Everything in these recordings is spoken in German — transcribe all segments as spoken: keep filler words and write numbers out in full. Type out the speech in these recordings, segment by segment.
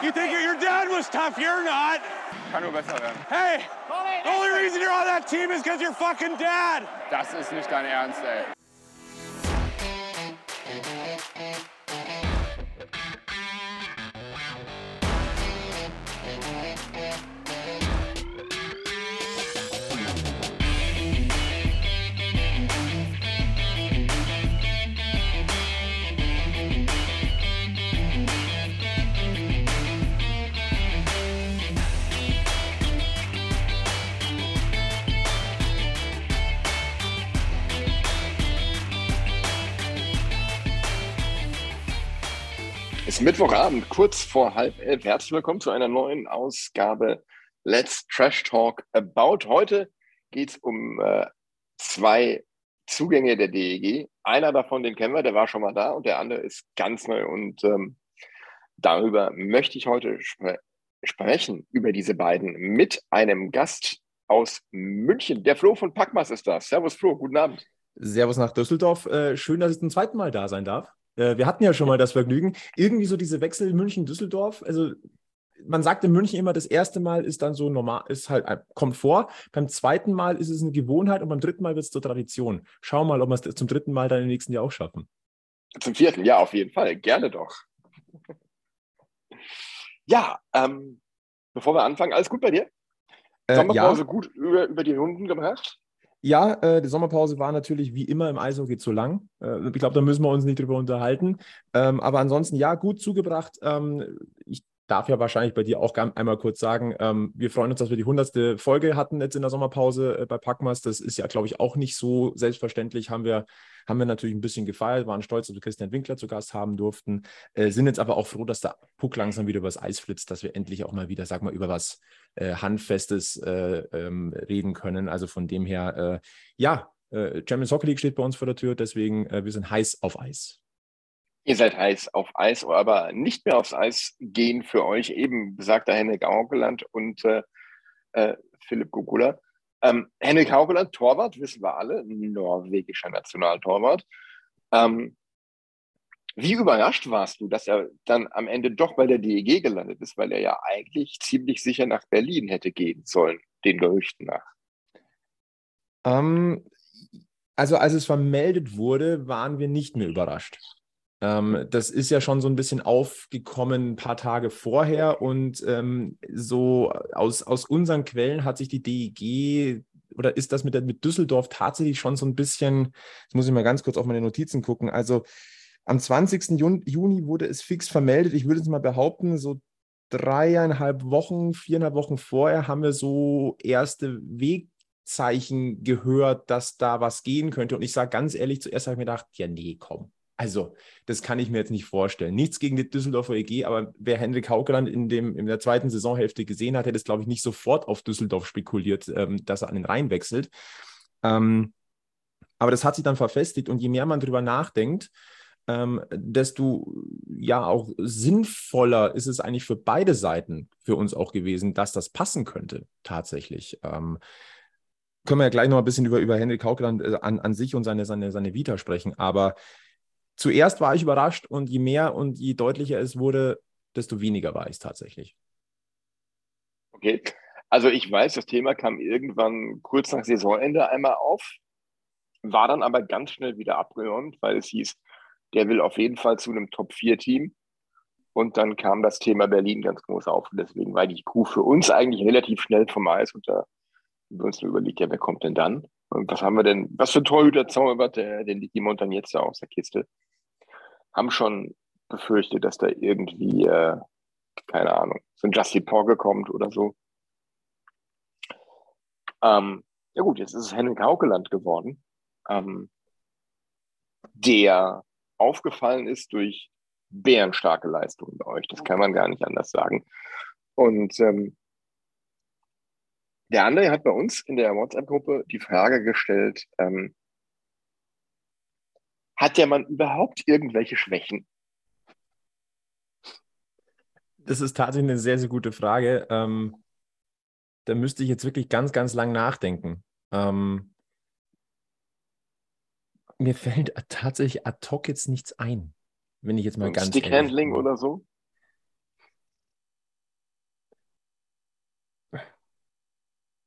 You think your dad was tough, you're not. Kann nur besser werden. Hey, the only reason you're on that team is because you're fucking dad. Das ist nicht dein Ernst, ey. Es ist Mittwochabend, kurz vor halb elf. Herzlich willkommen zu einer neuen Ausgabe Let's Trash Talk About. Heute geht es um äh, zwei Zugänge der D E G. Einer davon, den kennen wir, der war schon mal da, und der andere ist ganz neu. Und ähm, darüber möchte ich heute spre- sprechen, über diese beiden, mit einem Gast aus München. Der Flo von Packmas ist da. Servus Flo, guten Abend. Servus nach Düsseldorf. Äh, schön, dass ich zum zweiten Mal da sein darf. Äh, wir hatten ja schon mal das Vergnügen. Irgendwie so diese Wechsel München-Düsseldorf. Also man sagt in München immer, das erste Mal ist dann so normal, ist halt, kommt vor. Beim zweiten Mal ist es eine Gewohnheit und beim dritten Mal wird es zur Tradition. Schau mal, ob wir es zum dritten Mal dann im nächsten Jahr auch schaffen. Zum vierten, ja, auf jeden Fall. Gerne doch. Ja, ähm, bevor wir anfangen, alles gut bei dir? Äh, Sommerpause ja. gut über, über die Runden gebracht? Ja, äh, die Sommerpause war natürlich wie immer im Eishockey zu lang. Äh, ich glaube, da müssen wir uns nicht drüber unterhalten. Ähm, aber ansonsten, ja, gut zugebracht. Ähm, ich darf ja wahrscheinlich bei dir auch gar einmal kurz sagen, ähm, wir freuen uns, dass wir die hundertste Folge hatten jetzt in der Sommerpause äh, bei Packmas. Das ist ja, glaube ich, auch nicht so selbstverständlich. Haben wir, haben wir natürlich ein bisschen gefeiert, waren stolz, dass wir Christian Winkler zu Gast haben durften. Äh, sind jetzt aber auch froh, dass der Puck langsam wieder übers Eis flitzt, dass wir endlich auch mal wieder, sag mal, über was äh, Handfestes äh, ähm, reden können. Also von dem her, äh, ja, äh, Champions Hockey League steht bei uns vor der Tür, deswegen äh, wir sind heiß auf Eis. Ihr seid heiß auf Eis, aber nicht mehr aufs Eis gehen für euch eben besagter Henrik Haukeland und äh, äh, Philipp Gugula. Ähm, Henrik Haukeland, Torwart, wissen wir alle, norwegischer Nationaltorwart. Ähm, wie überrascht warst du, dass er dann am Ende doch bei der D E G gelandet ist, weil er ja eigentlich ziemlich sicher nach Berlin hätte gehen sollen, den Gerüchten nach? Ähm, also als es vermeldet wurde, waren wir nicht mehr überrascht. Ähm, das ist ja schon so ein bisschen aufgekommen ein paar Tage vorher, und ähm, so aus, aus unseren Quellen hat sich die D E G oder ist das mit, der, mit Düsseldorf tatsächlich schon so ein bisschen, jetzt muss ich mal ganz kurz auf meine Notizen gucken, also am zwanzigsten Juni wurde es fix vermeldet. Ich würde jetzt mal behaupten, so dreieinhalb Wochen, viereinhalb Wochen vorher haben wir so erste Wegzeichen gehört, dass da was gehen könnte. Und ich sage ganz ehrlich, zuerst habe ich mir gedacht, ja nee, komm. Also, das kann ich mir jetzt nicht vorstellen. Nichts gegen die Düsseldorfer E G, aber wer Henrik Haukeland in, dem, in der zweiten Saisonhälfte gesehen hat, hätte es, glaube ich, nicht sofort auf Düsseldorf spekuliert, ähm, dass er an den Rhein wechselt. Ähm, aber das hat sich dann verfestigt, und je mehr man drüber nachdenkt, ähm, desto ja auch sinnvoller ist es eigentlich für beide Seiten für uns auch gewesen, dass das passen könnte, tatsächlich. Ähm, können wir ja gleich noch ein bisschen über, über Henrik Haukeland äh, an, an sich und seine, seine, seine Vita sprechen, aber zuerst war ich überrascht, und je mehr und je deutlicher es wurde, desto weniger war ich es tatsächlich. Okay, also ich weiß, das Thema kam irgendwann kurz nach Saisonende einmal auf, war dann aber ganz schnell wieder abgeräumt, weil es hieß, der will auf jeden Fall zu einem Top vier Team. Und dann kam das Thema Berlin ganz groß auf. Und deswegen war die Kuh für uns eigentlich relativ schnell vom Eis. Und da haben wir uns nur überlegt, ja, wer kommt denn dann? Und was haben wir denn, was für ein Torhüter zaubert der, den Dicky Montagnezza aus der Kiste? Haben schon befürchtet, dass da irgendwie, äh, keine Ahnung, so ein Justin Porge kommt oder so. Ähm, ja gut, jetzt ist es Henrik Haukeland geworden, ähm, der aufgefallen ist durch bärenstarke Leistungen bei euch. Das kann man gar nicht anders sagen. Und ähm, der andere hat bei uns in der WhatsApp-Gruppe die Frage gestellt, ähm, hat der Mann überhaupt irgendwelche Schwächen? Das ist tatsächlich eine sehr, sehr gute Frage. Ähm, da müsste ich jetzt wirklich ganz, ganz lang nachdenken. Ähm, mir fällt tatsächlich ad hoc jetzt nichts ein, wenn ich jetzt mal So ein ganz ehrlich Stickhandling bin. oder so?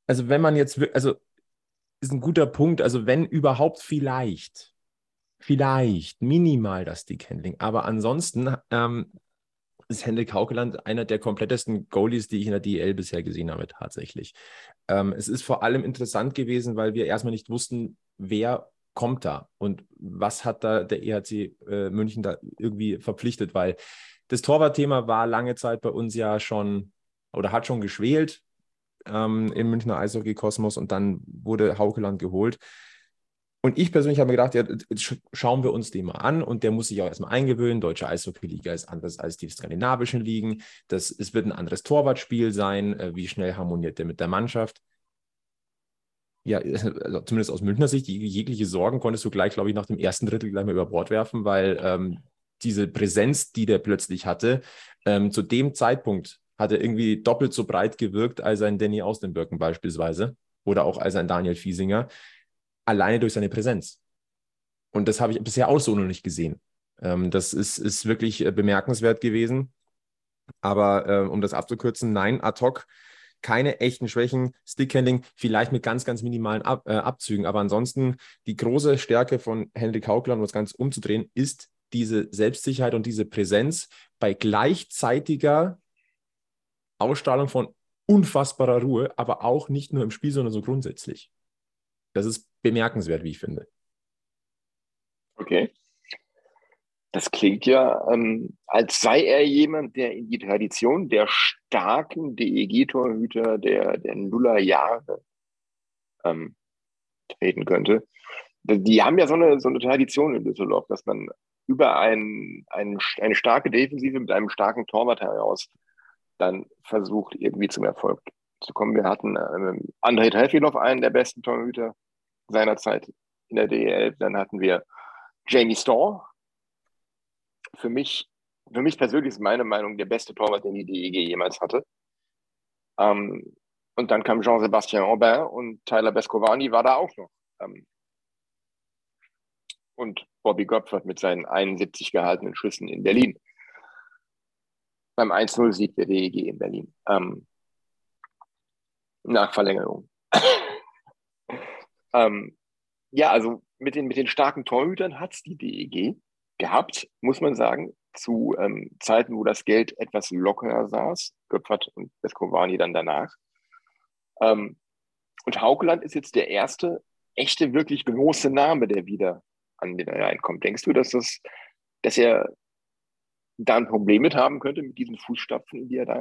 Also wenn man jetzt, wir- also ist ein guter Punkt, also wenn überhaupt vielleicht, vielleicht minimal das Stickhandling, aber ansonsten ähm, ist Hendrik Haukeland einer der komplettesten Goalies, die ich in der D E L bisher gesehen habe, tatsächlich. Ähm, es ist vor allem interessant gewesen, weil wir erstmal nicht wussten, wer kommt da und was hat da der E H C äh, München da irgendwie verpflichtet, weil das Torwartthema war lange Zeit bei uns ja schon oder hat schon geschwelt ähm, im Münchner Eishockey-Kosmos und dann wurde Haukeland geholt. Und ich persönlich habe mir gedacht, ja, jetzt schauen wir uns den mal an und der muss sich auch erstmal eingewöhnen. Deutsche Eishockey-Liga ist anders als die skandinavischen Ligen. Das, es wird ein anderes Torwartspiel sein. Äh, Wie schnell harmoniert der mit der Mannschaft? Ja, also zumindest aus Münchner Sicht, jegliche Sorgen konntest du gleich, glaube ich, nach dem ersten Drittel gleich mal über Bord werfen, weil ähm, diese Präsenz, die der plötzlich hatte, ähm, zu dem Zeitpunkt hat er irgendwie doppelt so breit gewirkt als ein Danny Austenbürken beispielsweise oder auch als ein Daniel Fiesinger, alleine durch seine Präsenz. Und das habe ich bisher auch so noch nicht gesehen. Ähm, das ist, ist wirklich äh, bemerkenswert gewesen. Aber äh, um das abzukürzen, nein, ad hoc, keine echten Schwächen, Stickhandling, vielleicht mit ganz, ganz minimalen Ab, äh, Abzügen. Aber ansonsten die große Stärke von Hendrik Haukeland, um das Ganze umzudrehen, ist diese Selbstsicherheit und diese Präsenz bei gleichzeitiger Ausstrahlung von unfassbarer Ruhe, aber auch nicht nur im Spiel, sondern so grundsätzlich. Das ist bemerkenswert, wie ich finde. Okay. Das klingt ja, ähm, als sei er jemand, der in die Tradition der starken D E G-Torhüter der, der Nullerjahre ähm, treten könnte. Die haben ja so eine, so eine Tradition in Düsseldorf, dass man über ein, ein, eine starke Defensive mit einem starken Torwart heraus dann versucht, irgendwie zum Erfolg zu kommen. Wir hatten ähm, Andrei Trefilov, einen der besten Torhüter seiner Zeit in der D E L. Dann hatten wir Jamie Storr. Für mich, für mich persönlich ist meine Meinung der beste Torwart, den die D E G jemals hatte. Ähm, und dann kam Jean-Sébastien Aubin und Tyler Bescovani war da auch noch. Ähm, und Bobby Göpfert mit seinen einundsiebzig gehaltenen Schüssen in Berlin. Beim eins null Sieg der D E G in Berlin. Ähm, nach Verlängerung. ähm, ja, also mit den, mit den starken Torhütern hat es die D E G gehabt, muss man sagen, zu ähm, Zeiten, wo das Geld etwas lockerer saß. Göpfert und Bescovani dann danach. Ähm, und Haukeland ist jetzt der erste echte, wirklich große Name, der wieder an den reinkommt. Denkst du, dass, das, dass er da ein Problem mit haben könnte, mit diesen Fußstapfen, in die er da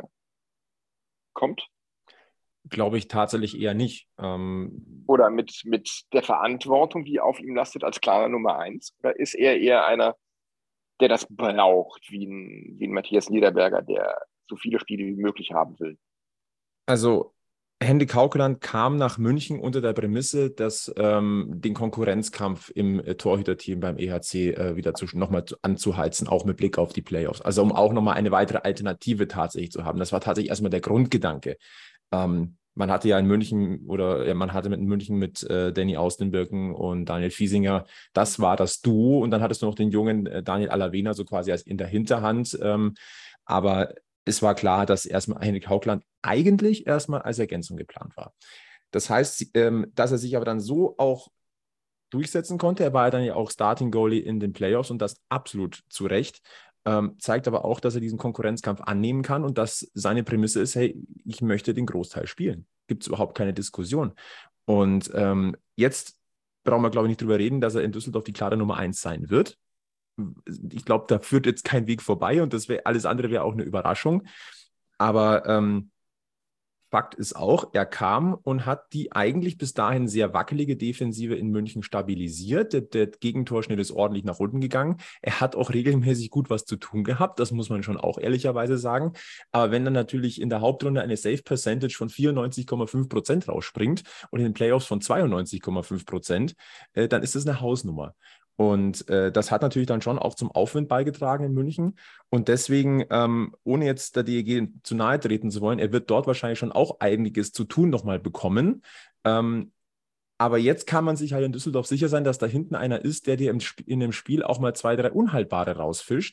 kommt? Glaube ich tatsächlich eher nicht. Ähm, Oder mit, mit der Verantwortung, die auf ihm lastet, als klarer Nummer eins? Oder ist er eher einer, der das braucht, wie ein, wie ein Matthias Niederberger, der so viele Spiele wie möglich haben will? Also Hendrik Haukeland kam nach München unter der Prämisse, dass ähm, den Konkurrenzkampf im äh, Torhüterteam beim E H C äh, wieder zu, nochmal zu, anzuheizen, auch mit Blick auf die Playoffs. Also um auch nochmal eine weitere Alternative tatsächlich zu haben. Das war tatsächlich erstmal der Grundgedanke. Ähm, man hatte ja in München oder ja, man hatte mit München mit äh, Danny Austenbürken und Daniel Fiesinger, das war das Duo und dann hattest du noch den jungen äh, Daniel Alavena so quasi als in der Hinterhand. Ähm, aber es war klar, dass erstmal Hendrik Haukeland eigentlich erstmal als Ergänzung geplant war. Das heißt, ähm, dass er sich aber dann so auch durchsetzen konnte, er war ja dann ja auch Starting Goalie in den Playoffs und das absolut zu Recht, ähm, zeigt aber auch, dass er diesen Konkurrenzkampf annehmen kann und dass seine Prämisse ist, hey, ich möchte den Großteil spielen. Gibt es überhaupt keine Diskussion. Und ähm, jetzt brauchen wir, glaube ich, nicht drüber reden, dass er in Düsseldorf die klare Nummer eins sein wird. Ich glaube, da führt jetzt kein Weg vorbei und das wäre alles andere wäre auch eine Überraschung. Aber ähm, Fakt ist auch, er kam und hat die eigentlich bis dahin sehr wackelige Defensive in München stabilisiert. Der, der Gegentorschnitt ist ordentlich nach unten gegangen. Er hat auch regelmäßig gut was zu tun gehabt, das muss man schon auch ehrlicherweise sagen. Aber wenn dann natürlich in der Hauptrunde eine Safe Percentage von vierundneunzig Komma fünf Prozent rausspringt und in den Playoffs von zweiundneunzig Komma fünf Prozent, äh, dann ist das eine Hausnummer. Und äh, das hat natürlich dann schon auch zum Aufwind beigetragen in München. Und deswegen, ähm, ohne jetzt der D E G zu nahe treten zu wollen, er wird dort wahrscheinlich schon auch einiges zu tun nochmal bekommen. Ähm, aber jetzt kann man sich halt in Düsseldorf sicher sein, dass da hinten einer ist, der dir im Sp- in dem Spiel auch mal zwei, drei Unhaltbare rausfischt.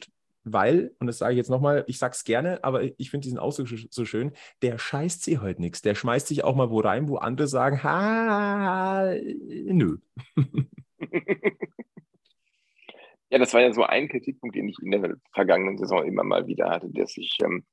weil, und das sage ich jetzt nochmal, ich sage es gerne, aber ich finde diesen Ausdruck so schön, der scheißt sie heute nichts. Der schmeißt sich auch mal wo rein, wo andere sagen, ha, nö. Ja, das war ja so ein Kritikpunkt, den ich in der vergangenen Saison immer mal wieder hatte, dass ich ähm,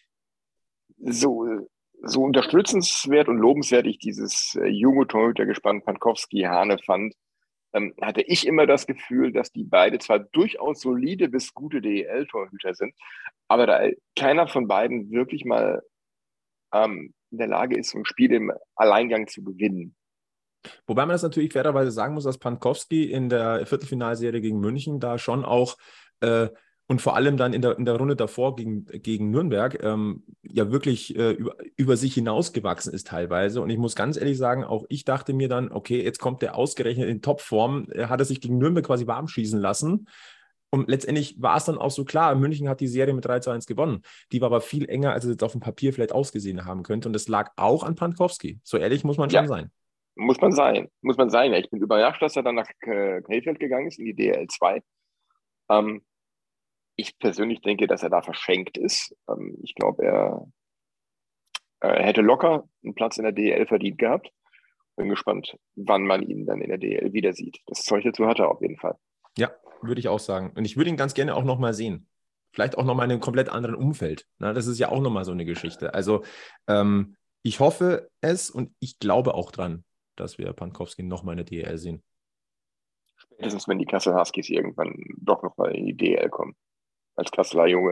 so, so unterstützenswert und lobenswert ich dieses äh, junge Torhütergespann Pankowski-Hane fand, ähm, hatte ich immer das Gefühl, dass die beide zwar durchaus solide bis gute D E L-Torhüter sind, aber da keiner von beiden wirklich mal ähm, in der Lage ist, so ein Spiel im Alleingang zu gewinnen. Wobei man das natürlich fairerweise sagen muss, dass Pankowski in der Viertelfinalserie gegen München da schon auch äh, und vor allem dann in der, in der Runde davor gegen, gegen Nürnberg ähm, ja wirklich äh, über, über sich hinausgewachsen ist teilweise. Und ich muss ganz ehrlich sagen, auch ich dachte mir dann, okay, jetzt kommt der ausgerechnet in Topform, er hat er sich gegen Nürnberg quasi warm schießen lassen. Und letztendlich war es dann auch so klar, München hat die Serie mit drei zu eins gewonnen. Die war aber viel enger, als es jetzt auf dem Papier vielleicht ausgesehen haben könnte. Und das lag auch an Pankowski. So ehrlich muss man schon Ja. sein. Muss man sein, muss man sein. Ja, ich bin überrascht, dass er dann nach äh, Krefeld gegangen ist, in die D L zwei. Ähm, ich persönlich denke, dass er da verschenkt ist. Ähm, ich glaube, er äh, hätte locker einen Platz in der D L verdient gehabt. Bin gespannt, wann man ihn dann in der D L wieder sieht. Das Zeug dazu hat er auf jeden Fall. Ja, würde ich auch sagen. Und ich würde ihn ganz gerne auch nochmal sehen. Vielleicht auch nochmal in einem komplett anderen Umfeld. Na, das ist ja auch nochmal so eine Geschichte. Also ähm, ich hoffe es und ich glaube auch dran, dass wir Pankowski nochmal in der D L sehen. Spätestens, wenn die Kassel Huskies irgendwann doch nochmal in die D L kommen. Als Kasseler Junge.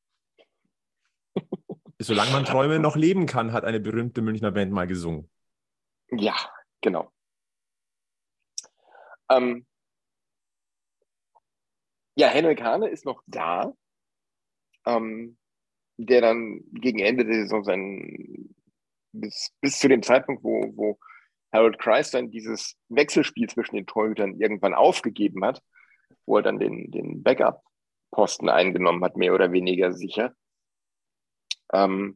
Solange man Träume noch leben kann, hat eine berühmte Münchner Band mal gesungen. Ja, genau. Ähm, ja, Henrik Hane ist noch da, ähm, der dann gegen Ende der Saison sein, bis, bis zu dem Zeitpunkt, wo, wo Harold Kreis dann dieses Wechselspiel zwischen den Torhütern irgendwann aufgegeben hat, wo er dann den, den Backup-Posten eingenommen hat, mehr oder weniger sicher. Ähm,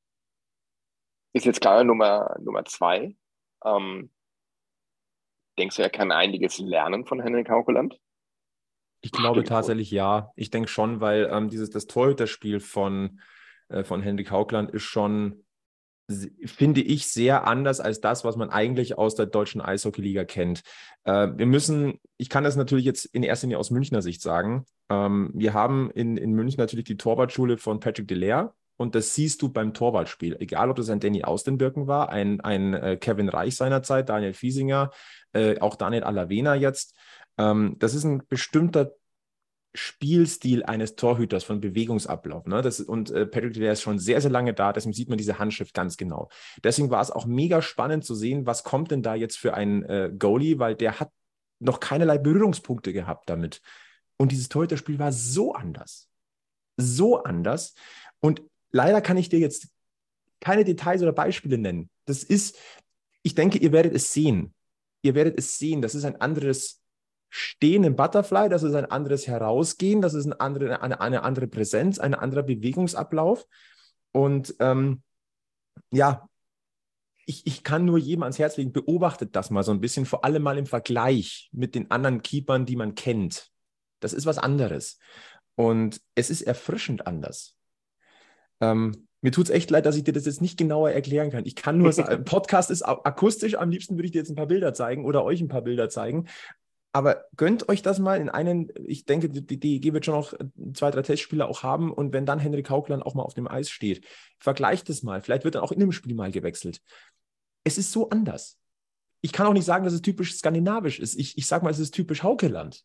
ist jetzt klar Nummer, Nummer zwei. Ähm, denkst du, er kann einiges lernen von Henrik Haukeland? Ich glaube Stimmt tatsächlich ja. Ich denke schon, weil ähm, dieses, das Torhüterspiel von, äh, von Henrik Haukeland ist schon, finde ich, sehr anders als das, was man eigentlich aus der deutschen Eishockey-Liga kennt. Äh, wir müssen, ich kann das natürlich jetzt in erster Linie aus Münchner Sicht sagen, ähm, wir haben in, in München natürlich die Torwartschule von Patrick Delaire und das siehst du beim Torwartspiel. Egal, ob das ein Danny Austenbirken war, ein, ein äh, Kevin Reich seinerzeit, Daniel Fiesinger, äh, auch Daniel Alavena jetzt. Ähm, das ist ein bestimmter Spielstil eines Torhüters von Bewegungsablauf. Ne? Das, und äh, Patrick Delaire ist schon sehr, sehr lange da, deswegen sieht man diese Handschrift ganz genau. Deswegen war es auch mega spannend zu sehen, was kommt denn da jetzt für einen äh, Goalie, weil der hat noch keinerlei Berührungspunkte gehabt damit. Und dieses Torhüterspiel war so anders. So anders. Und leider kann ich dir jetzt keine Details oder Beispiele nennen. Das ist, ich denke, ihr werdet es sehen. Ihr werdet es sehen. Das ist ein anderes Stehen im Butterfly, das ist ein anderes Herausgehen, das ist eine andere, eine, eine andere Präsenz, ein anderer Bewegungsablauf. Und ähm, ja, ich, ich kann nur jedem ans Herz legen, beobachtet das mal so ein bisschen, vor allem mal im Vergleich mit den anderen Keepern, die man kennt. Das ist was anderes. Und es ist erfrischend anders. Ähm, mir tut es echt leid, dass ich dir das jetzt nicht genauer erklären kann. Ich kann nur sagen, Podcast ist akustisch, am liebsten würde ich dir jetzt ein paar Bilder zeigen oder euch ein paar Bilder zeigen. Aber gönnt euch das mal in einen, ich denke, die D E G wird schon noch zwei, drei Testspieler auch haben und wenn dann Henrik Haukeland auch mal auf dem Eis steht, vergleicht es mal, vielleicht wird dann auch in einem Spiel mal gewechselt. Es ist so anders. Ich kann auch nicht sagen, dass es typisch skandinavisch ist. Ich, ich sage mal, es ist typisch Haukeland.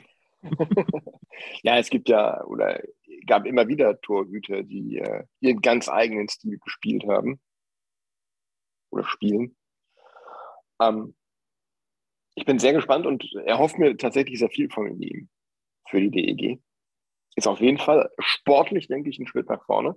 Ja, es gibt ja, oder gab immer wieder Torhüter, die äh, ihren ganz eigenen Stil gespielt haben. Oder spielen. Ähm, Ich bin sehr gespannt und erhoffe mir tatsächlich sehr viel von ihm für die D E G. Ist auf jeden Fall sportlich, denke ich, ein Schritt nach vorne.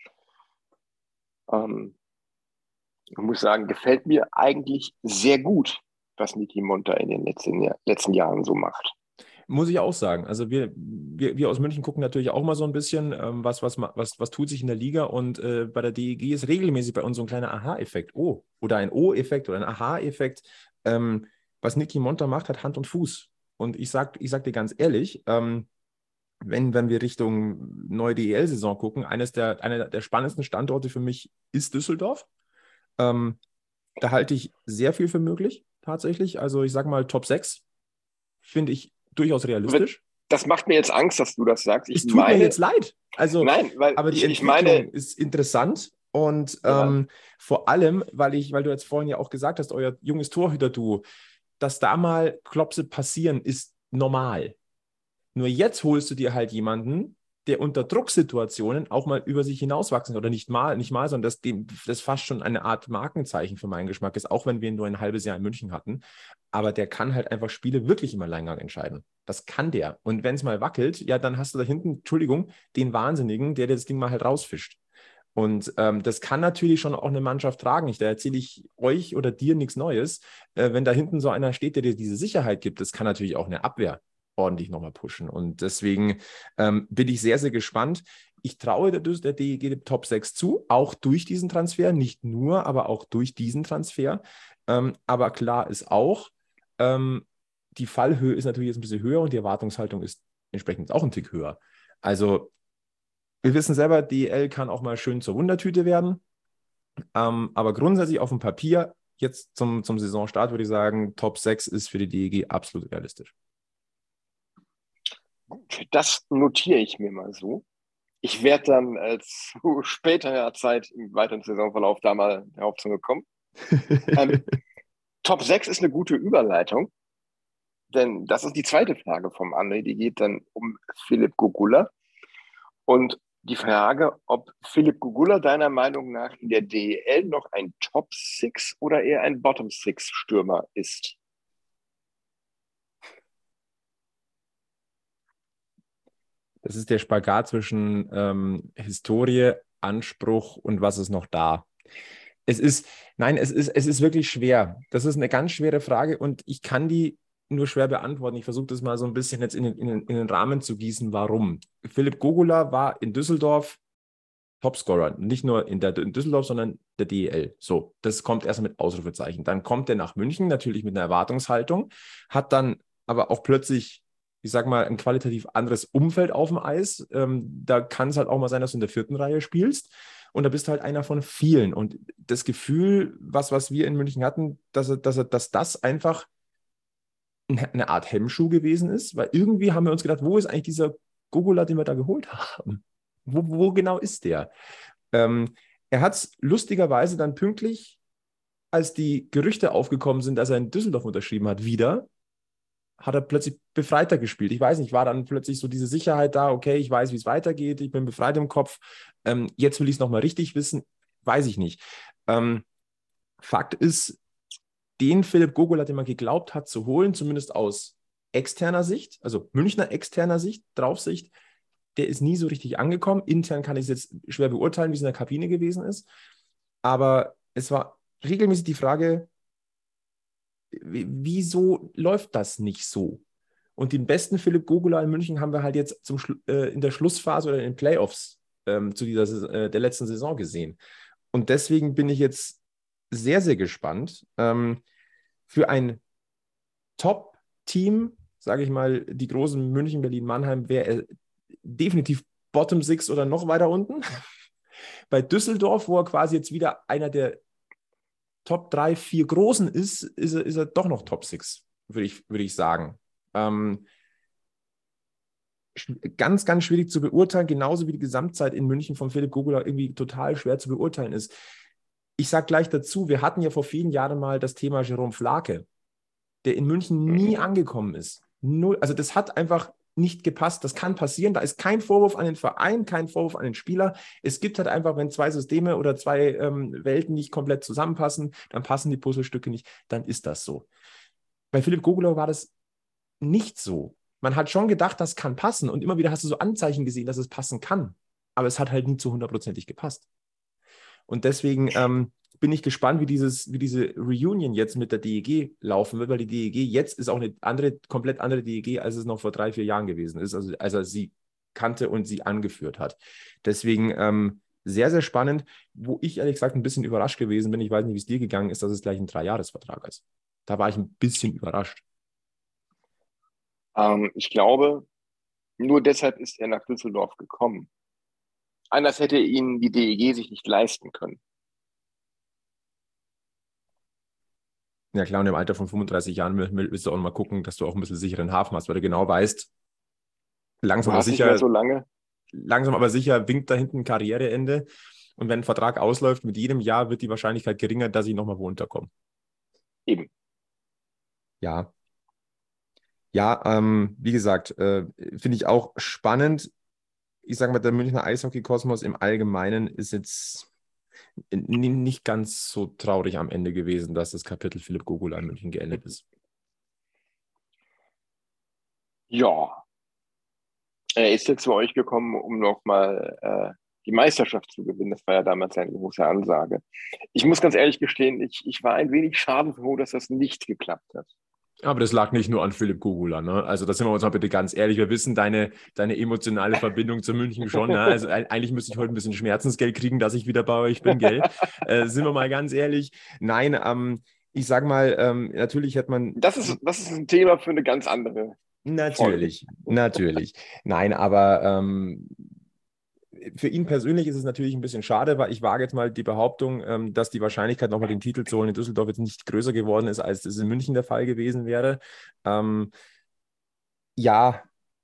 Ähm, ich muss sagen, gefällt mir eigentlich sehr gut, was Niki Monta in den letzten, letzten Jahren so macht. Muss ich auch sagen. Also wir, wir, wir aus München gucken natürlich auch mal so ein bisschen, ähm, was, was, was, was tut sich in der Liga und äh, bei der D E G ist regelmäßig bei uns so ein kleiner Aha-Effekt. Oh, oder ein O-Effekt oder ein Aha-Effekt. Ähm, was Niki Monta macht, hat Hand und Fuß. Und ich sag, ich sag dir ganz ehrlich, ähm, wenn, wenn wir Richtung neue D E L-Saison gucken, eines der, einer der spannendsten Standorte für mich ist Düsseldorf. Ähm, da halte ich sehr viel für möglich, tatsächlich. Also ich sage mal Top sechs finde ich durchaus realistisch. Das macht mir jetzt Angst, dass du das sagst. Ich es tut meine, mir jetzt leid. Also, nein, weil aber die ich, ich Entwicklung meine, ist interessant und ja. ähm, vor allem, weil ich, weil du jetzt vorhin ja auch gesagt hast, euer junges Torhüter-Duo, dass da mal Klopse passieren, ist normal. Nur jetzt holst du dir halt jemanden, der unter Drucksituationen auch mal über sich hinauswachsen oder nicht mal, nicht mal, sondern das, das fast schon eine Art Markenzeichen für meinen Geschmack ist, auch wenn wir ihn nur ein halbes Jahr in München hatten. Aber der kann halt einfach Spiele wirklich im Alleingang entscheiden. Das kann der. Und wenn es mal wackelt, ja, dann hast du da hinten, Entschuldigung, den Wahnsinnigen, der das Ding mal halt rausfischt. Und ähm, das kann natürlich schon auch eine Mannschaft tragen. Ich, da erzähle ich euch oder dir nichts Neues. Äh, wenn da hinten so einer steht, der dir diese Sicherheit gibt, das kann natürlich auch eine Abwehr ordentlich nochmal pushen. Und deswegen ähm, bin ich sehr, sehr gespannt. Ich traue der, der D E G dem Top sechs zu, auch durch diesen Transfer. Nicht nur, aber auch durch diesen Transfer. Ähm, aber klar ist auch, ähm, die Fallhöhe ist natürlich jetzt ein bisschen höher und die Erwartungshaltung ist entsprechend auch ein Tick höher. Also wir wissen selber, D E L kann auch mal schön zur Wundertüte werden. Ähm, aber grundsätzlich auf dem Papier, jetzt zum, zum Saisonstart würde ich sagen, Top sechs ist für die D E G absolut realistisch. Gut, das notiere ich mir mal so. Ich werde dann äh, zu späterer Zeit im weiteren Saisonverlauf da mal darauf zurückkommen. ähm, Top sechs ist eine gute Überleitung, denn das ist die zweite Frage vom André, die geht dann um Philipp Gogula. Und die Frage, ob Philipp Gogula deiner Meinung nach in der D E L noch ein Top sechs oder eher ein Bottom sechs Stürmer ist. Das ist der Spagat zwischen ähm, Historie, Anspruch und was ist noch da. Es ist, nein, es ist, es ist wirklich schwer. Das ist eine ganz schwere Frage und ich kann die nur schwer beantworten. Ich versuche das mal so ein bisschen jetzt in den, in den, in den Rahmen zu gießen. Warum? Philipp Gogula war in Düsseldorf Topscorer. Nicht nur in, der, in Düsseldorf, sondern der D E L. So, das kommt erst mit Ausrufezeichen. Dann kommt er nach München, natürlich mit einer Erwartungshaltung, hat dann aber auch plötzlich, ich sag mal, ein qualitativ anderes Umfeld auf dem Eis. Ähm, da kann es halt auch mal sein, dass du in der vierten Reihe spielst. Und da bist du halt einer von vielen. Und das Gefühl, was, was wir in München hatten, dass, dass, dass das einfach eine Art Hemmschuh gewesen ist, weil irgendwie haben wir uns gedacht, wo ist eigentlich dieser Gogula, den wir da geholt haben? Wo, wo genau ist der? Ähm, er hat es lustigerweise dann pünktlich, als die Gerüchte aufgekommen sind, dass er in Düsseldorf unterschrieben hat, wieder, hat er plötzlich befreiter gespielt. Ich weiß nicht, war dann plötzlich so diese Sicherheit da, okay, ich weiß, wie es weitergeht, ich bin befreit im Kopf, ähm, jetzt will ich es nochmal richtig wissen, weiß ich nicht. Ähm, Fakt ist, den Philipp Gogula, den man geglaubt hat zu holen, zumindest aus externer Sicht, also Münchner externer Sicht, Draufsicht, der ist nie so richtig angekommen. Intern kann ich es jetzt schwer beurteilen, wie es in der Kabine gewesen ist. Aber es war regelmäßig die Frage, wieso läuft das nicht so? Und den besten Philipp Gogula in München haben wir halt jetzt zum Schlu- äh, in der Schlussphase oder in den Playoffs ähm, zu dieser äh, der letzten Saison gesehen. Und deswegen bin ich jetzt sehr, sehr gespannt. Ähm, für ein Top-Team, sage ich mal, die großen München, Berlin, Mannheim, wäre er definitiv Bottom Six oder noch weiter unten. Bei Düsseldorf, wo er quasi jetzt wieder einer der Top drei, vier Großen ist, ist er, ist er doch noch Top sechs, würde ich, würde ich sagen. Ähm, ganz, ganz schwierig zu beurteilen, genauso wie die Gesamtzeit in München von Philipp Gogula irgendwie total schwer zu beurteilen ist. Ich sage gleich dazu, wir hatten ja vor vielen Jahren mal das Thema Jerome Flake, der in München nie angekommen ist. Null, also das hat einfach nicht gepasst. Das kann passieren. Da ist kein Vorwurf an den Verein, kein Vorwurf an den Spieler. Es gibt halt einfach, wenn zwei Systeme oder zwei ähm, Welten nicht komplett zusammenpassen, dann passen die Puzzlestücke nicht, dann ist das so. Bei Philipp Gogula war das nicht so. Man hat schon gedacht, das kann passen und immer wieder hast du so Anzeichen gesehen, dass es passen kann. Aber es hat halt nie zu hundertprozentig gepasst. Und deswegen ähm, bin ich gespannt, wie, dieses, wie diese Reunion jetzt mit der D E G laufen wird, weil die D E G jetzt ist auch eine andere, komplett andere D E G, als es noch vor drei, vier Jahren gewesen ist, also als er sie kannte und sie angeführt hat. Deswegen ähm, sehr, sehr spannend, wo ich ehrlich gesagt ein bisschen überrascht gewesen bin, ich weiß nicht, wie es dir gegangen ist, dass es gleich ein Dreijahresvertrag ist. Da war ich ein bisschen überrascht. Ähm, ich glaube, Nur deshalb ist er nach Düsseldorf gekommen. Anders hätte ihn die D E G sich nicht leisten können. Ja klar, und im Alter von fünfunddreißig Jahren willst du auch mal gucken, dass du auch ein bisschen sicheren Hafen hast, weil du genau weißt, langsam aber sicher, so lange. langsam aber sicher winkt da hinten ein Karriereende. Und wenn ein Vertrag ausläuft, mit jedem Jahr wird die Wahrscheinlichkeit geringer, dass ich nochmal wo unterkomme. Eben. Ja. Ja, ähm, wie gesagt, äh, finde ich auch spannend. Ich sage mal, der Münchner Eishockey-Kosmos im Allgemeinen ist jetzt n- nicht ganz so traurig am Ende gewesen, dass das Kapitel Philipp Gogula in München geendet ist. Ja. Er ist jetzt zu euch gekommen, um nochmal äh, die Meisterschaft zu gewinnen. Das war ja damals eine große Ansage. Ich muss ganz ehrlich gestehen, ich, ich war ein wenig schadenfroh, dass das nicht geklappt hat. Aber das lag nicht nur an Philipp Gogula, ne? Also da sind wir uns mal bitte ganz ehrlich. Wir wissen deine, deine emotionale Verbindung zu München schon. Ne? Also eigentlich müsste ich heute ein bisschen Schmerzensgeld kriegen, dass ich wieder bei euch bin, gell? äh, sind wir mal ganz ehrlich. Nein, ähm, ich sag mal, ähm, natürlich hätte man... Das ist, das ist ein Thema für eine ganz andere Natürlich, Folge. Natürlich. Nein, aber ähm, für ihn persönlich ist es natürlich ein bisschen schade, weil ich wage jetzt mal die Behauptung, ähm, dass die Wahrscheinlichkeit, nochmal den Titel zu holen in Düsseldorf jetzt nicht größer geworden ist, als es in München der Fall gewesen wäre. Ähm, ja,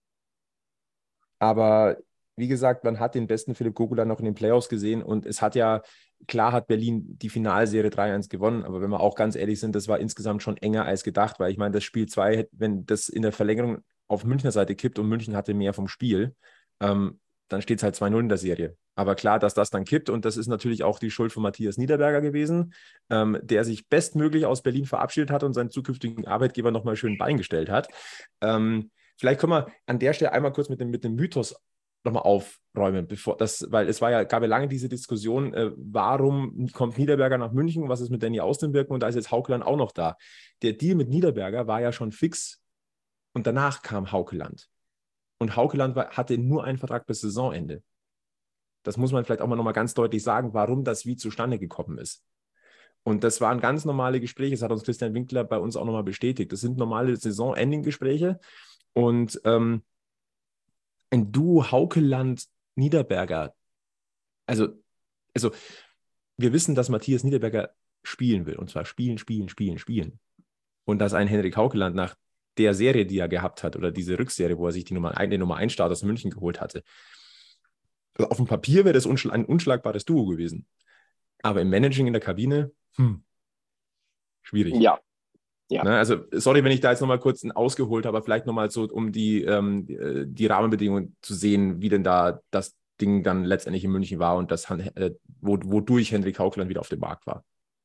aber wie gesagt, man hat den besten Philipp Gogula noch in den Playoffs gesehen und es hat ja, klar hat Berlin die Finalserie drei eins gewonnen, aber wenn wir auch ganz ehrlich sind, das war insgesamt schon enger als gedacht, weil ich meine, das Spiel zwei, wenn das in der Verlängerung auf Münchner Seite kippt und München hatte mehr vom Spiel, ähm, dann steht es halt zwei null in der Serie. Aber klar, dass das dann kippt und das ist natürlich auch die Schuld von Matthias Niederberger gewesen, ähm, der sich bestmöglich aus Berlin verabschiedet hat und seinen zukünftigen Arbeitgeber nochmal schön beigestellt hat. Ähm, vielleicht können wir an der Stelle einmal kurz mit dem, mit dem Mythos nochmal aufräumen, bevor das, weil es war ja, gab ja lange diese Diskussion, äh, warum kommt Niederberger nach München, was ist mit Danny Austenwirken und da ist jetzt Haukeland auch noch da. Der Deal mit Niederberger war ja schon fix und danach kam Haukeland. Und Haukeland war, hatte nur einen Vertrag bis Saisonende. Das muss man vielleicht auch mal nochmal ganz deutlich sagen, warum das wie zustande gekommen ist. Und das waren ganz normale Gespräche, das hat uns Christian Winkler bei uns auch nochmal bestätigt. Das sind normale Saison-Ending-Gespräche und ähm, ein Duo Haukeland-Niederberger, also, also wir wissen, dass Matthias Niederberger spielen will und zwar spielen, spielen, spielen, spielen. Und dass ein Henrik Haukeland nach der Serie, die er gehabt hat, oder diese Rückserie, wo er sich die Nummer eins, den Nummer eins Start aus München geholt hatte. Also auf dem Papier wäre das unschl- ein unschlagbares Duo gewesen. Aber im Managing in der Kabine, hm, schwierig. Ja. ja. Ne, also, sorry, wenn ich da jetzt nochmal kurz ausgeholt habe, aber vielleicht nochmal so, um die, ähm, die Rahmenbedingungen zu sehen, wie denn da das Ding dann letztendlich in München war und das, äh, wo, wodurch Henrik Haukeland wieder auf dem Markt war.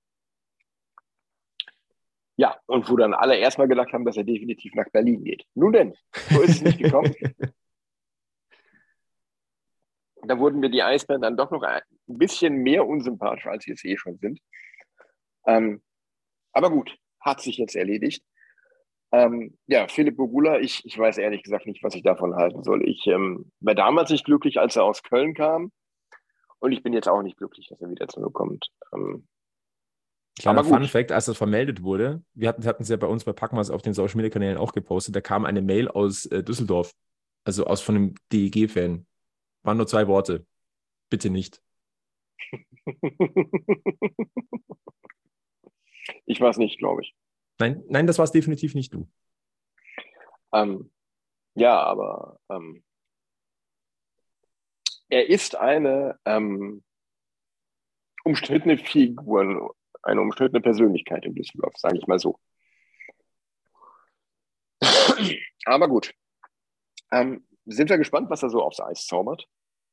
Ja, und wo dann alle erstmal gedacht haben, dass er definitiv nach Berlin geht. Nun denn, so ist es nicht gekommen. Da wurden mir die Eisbären dann doch noch ein bisschen mehr unsympathisch, als sie es eh schon sind. Ähm, aber gut, hat sich jetzt erledigt. Ähm, ja, Philipp Gogula, ich, ich weiß ehrlich gesagt nicht, was ich davon halten soll. Ich ähm, war damals nicht glücklich, als er aus Köln kam. Und ich bin jetzt auch nicht glücklich, dass er wieder zurückkommt. Ähm, Kleiner Fun Fact, als das vermeldet wurde, wir hatten es ja bei uns bei Packmas auf den Social Media Kanälen auch gepostet, da kam eine Mail aus äh, Düsseldorf, also aus von einem D E G-Fan. Waren nur zwei Worte. Bitte nicht. Ich war es nicht, glaube ich. Nein, nein, das war es definitiv nicht du. Ähm, ja, aber ähm, er ist eine ähm, umstrittene Figur, eine umstrittene Persönlichkeit in Düsseldorf, sage ich mal so. Aber gut. Ähm, sind wir gespannt, was er so aufs Eis zaubert?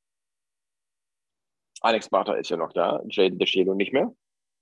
Alex Barter ist ja noch da, Jaden DeShelo nicht mehr.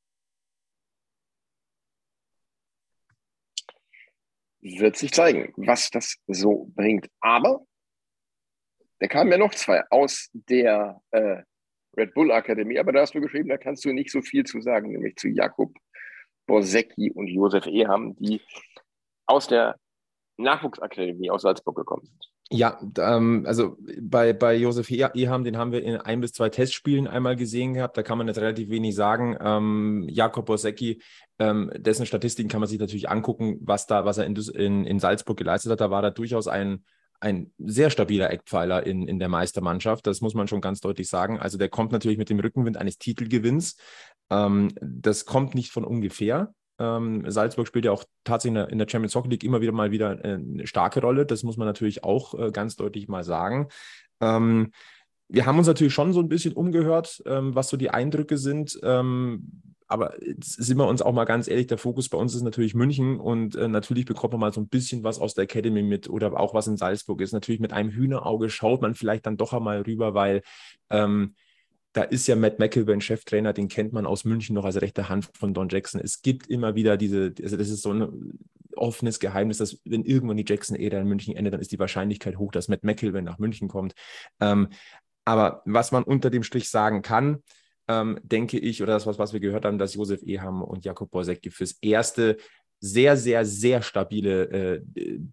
Wird sich zeigen, was das so bringt. Aber da kamen ja noch zwei aus der äh, Red Bull Akademie, aber da hast du geschrieben, da kannst du nicht so viel zu sagen, nämlich zu Jakub Borsecki und Josef Eham, die aus der Nachwuchsakademie aus Salzburg gekommen sind. Ja, ähm, also bei, bei Josef Eham, den haben wir in ein bis zwei Testspielen einmal gesehen gehabt, da kann man jetzt relativ wenig sagen. Ähm, Jakub Borsecki, ähm, dessen Statistiken kann man sich natürlich angucken, was da, was er in, in, in Salzburg geleistet hat. Da war er durchaus ein ein sehr stabiler Eckpfeiler in, in der Meistermannschaft. Das muss man schon ganz deutlich sagen. Also der kommt natürlich mit dem Rückenwind eines Titelgewinns. Ähm, das kommt nicht von ungefähr. Ähm, Salzburg spielt ja auch tatsächlich in der, in der Champions Hockey League immer wieder mal wieder eine starke Rolle. Das muss man natürlich auch äh, ganz deutlich mal sagen. Ähm, wir haben uns natürlich schon so ein bisschen umgehört, ähm, was so die Eindrücke sind. Ähm, aber jetzt sind wir uns auch mal ganz ehrlich, der Fokus bei uns ist natürlich München und äh, natürlich bekommt man mal so ein bisschen was aus der Academy mit oder auch was in Salzburg ist. Natürlich mit einem Hühnerauge schaut man vielleicht dann doch einmal rüber, weil ähm, da ist ja Matt McIlvaine, Cheftrainer, den kennt man aus München noch als rechte Hand von Don Jackson. Es gibt immer wieder diese, also das ist so ein offenes Geheimnis, dass wenn irgendwann die Jackson-Ära in München endet, dann ist die Wahrscheinlichkeit hoch, dass Matt McIlvaine nach München kommt. Ähm, aber was man unter dem Strich sagen kann, ähm, denke ich, oder das, was, was wir gehört haben, dass Josef Eham und Jakub Borsecki fürs erste sehr, sehr, sehr stabile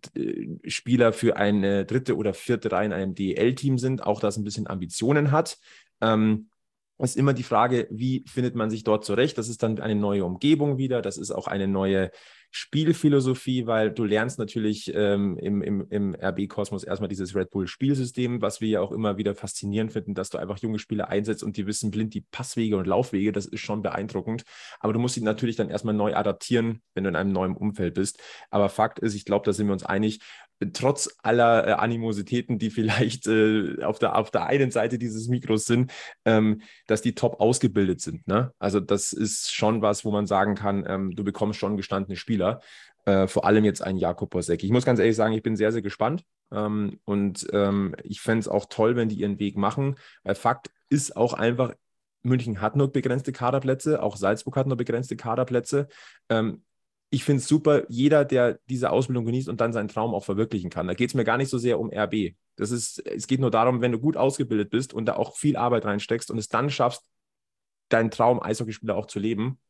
äh, Spieler für eine dritte oder vierte Reihe in einem D E L-Team sind, auch das ein bisschen Ambitionen hat. Ähm, ist immer die Frage, wie findet man sich dort zurecht? Das ist dann eine neue Umgebung wieder, das ist auch eine neue Spielphilosophie, weil du lernst natürlich ähm, im, im, im R B-Kosmos erstmal dieses Red Bull-Spielsystem, was wir ja auch immer wieder faszinierend finden, dass du einfach junge Spieler einsetzt und die wissen blind die Passwege und Laufwege, das ist schon beeindruckend, aber du musst sie natürlich dann erstmal neu adaptieren, wenn du in einem neuen Umfeld bist, aber Fakt ist, ich glaube, da sind wir uns einig, trotz aller äh, Animositäten, die vielleicht äh, auf, der, auf der einen Seite dieses Mikros sind, ähm, dass die top ausgebildet sind. Ne? Also das ist schon was, wo man sagen kann, ähm, du bekommst schon gestandene Spieler, äh, vor allem jetzt einen Jakub Borsecki. Ich muss ganz ehrlich sagen, ich bin sehr, sehr gespannt ähm, und ähm, ich fände es auch toll, wenn die ihren Weg machen, weil Fakt ist auch einfach, München hat nur begrenzte Kaderplätze, auch Salzburg hat nur begrenzte Kaderplätze. Ähm, Ich finde es super, jeder, der diese Ausbildung genießt und dann seinen Traum auch verwirklichen kann. Da geht es mir gar nicht so sehr um R B. Das ist, es geht nur darum, wenn du gut ausgebildet bist und da auch viel Arbeit reinsteckst und es dann schaffst, deinen Traum Eishockeyspieler auch zu leben,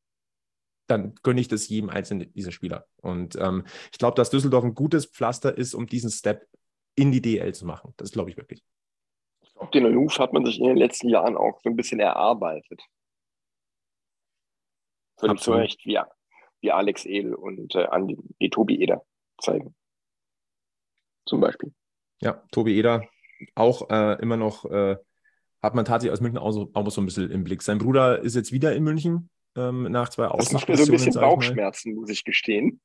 dann gönne ich das jedem einzelnen dieser Spieler. Und ähm, ich glaube, dass Düsseldorf ein gutes Pflaster ist, um diesen Step in die D E L zu machen. Das glaube ich wirklich. Ich glaube, den Ruf hat man sich in den letzten Jahren auch so ein bisschen erarbeitet. Völlig zu Recht, wie, wie Alex Edel und äh, Andi, wie Tobi Eder zeigen. Zum Beispiel. Ja, Tobi Eder auch äh, immer noch, äh, hat man tatsächlich aus München auch so, auch so ein bisschen im Blick. Sein Bruder ist jetzt wieder in München ähm, nach zwei Außenstationen. Das macht mir so ein bisschen Bauchschmerzen, muss ich gestehen.